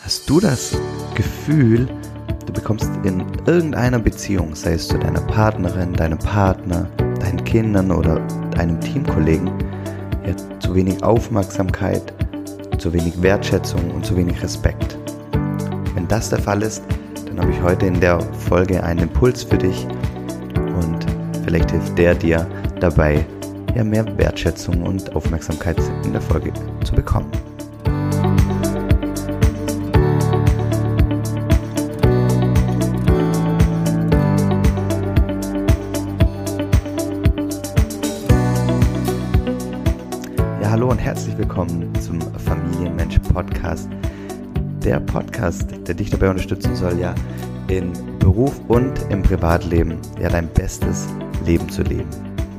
Hast du das Gefühl, du bekommst in irgendeiner Beziehung, sei es zu deiner Partnerin, deinem Partner, deinen Kindern oder deinem Teamkollegen, zu wenig Aufmerksamkeit, zu wenig Wertschätzung und zu wenig Respekt? Wenn das der Fall ist, dann habe ich heute in der Folge einen Impuls für dich und vielleicht hilft der dir dabei, mehr Wertschätzung und Aufmerksamkeit in der Folge zu bekommen. Hallo und herzlich willkommen zum Familienmensch-Podcast. Der Podcast, der dich dabei unterstützen soll, in Beruf und im Privatleben dein bestes Leben zu leben.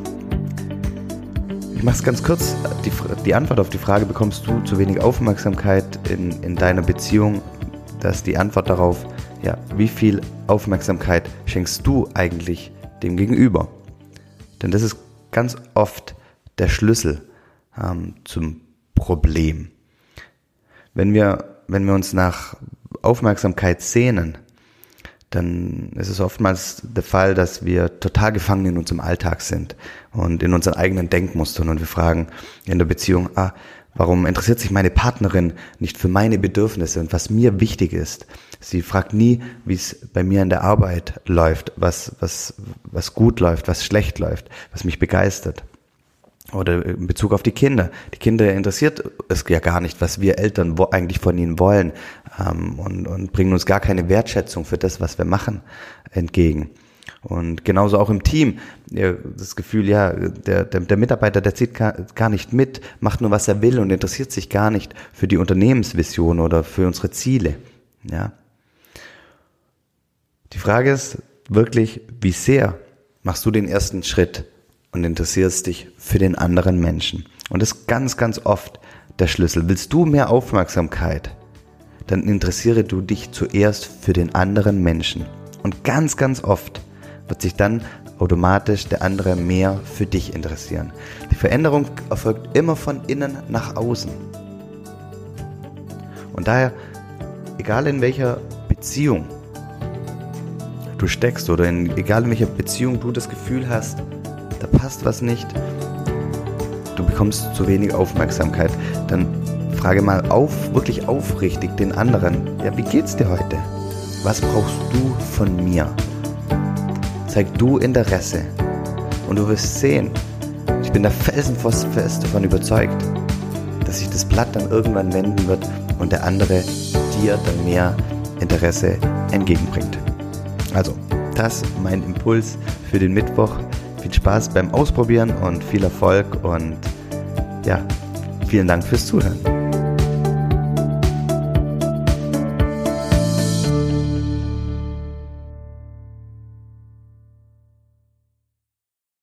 Ich mache es ganz kurz. Die Antwort auf die Frage, bekommst du zu wenig Aufmerksamkeit in deiner Beziehung, das ist die Antwort darauf, wie viel Aufmerksamkeit schenkst du eigentlich dem Gegenüber? Denn das ist ganz oft der Schlüssel zum Problem. Wenn wir uns nach Aufmerksamkeit sehnen, dann ist es oftmals der Fall, dass wir total gefangen in unserem Alltag sind und in unseren eigenen Denkmustern und wir fragen in der Beziehung, warum interessiert sich meine Partnerin nicht für meine Bedürfnisse und was mir wichtig ist? Sie fragt nie, wie es bei mir in der Arbeit läuft, was gut läuft, was schlecht läuft, was mich begeistert. Oder in Bezug auf die Kinder. Die Kinder interessiert es ja gar nicht, was wir Eltern eigentlich von ihnen wollen und bringen uns gar keine Wertschätzung für das, was wir machen, entgegen. Und genauso auch im Team. Das Gefühl, der Mitarbeiter, der zieht gar nicht mit, macht nur, was er will und interessiert sich gar nicht für die Unternehmensvision oder für unsere Ziele. Ja. Die Frage ist wirklich, wie sehr machst du den ersten Schritt und interessierst dich für den anderen Menschen. Und das ist ganz, ganz oft der Schlüssel. Willst du mehr Aufmerksamkeit, dann interessiere du dich zuerst für den anderen Menschen. Und ganz, ganz oft wird sich dann automatisch der andere mehr für dich interessieren. Die Veränderung erfolgt immer von innen nach außen. Und daher, egal in welcher Beziehung du steckst oder egal in welcher Beziehung du das Gefühl hast, da passt was nicht, du bekommst zu wenig Aufmerksamkeit, dann frage mal wirklich aufrichtig den anderen, wie geht's dir heute? Was brauchst du von mir? Zeig du Interesse und du wirst sehen, ich bin da felsenfest davon überzeugt, dass sich das Blatt dann irgendwann wenden wird und der andere dir dann mehr Interesse entgegenbringt. Also, das ist mein Impuls für den Mittwoch. Viel Spaß beim Ausprobieren und viel Erfolg und vielen Dank fürs Zuhören.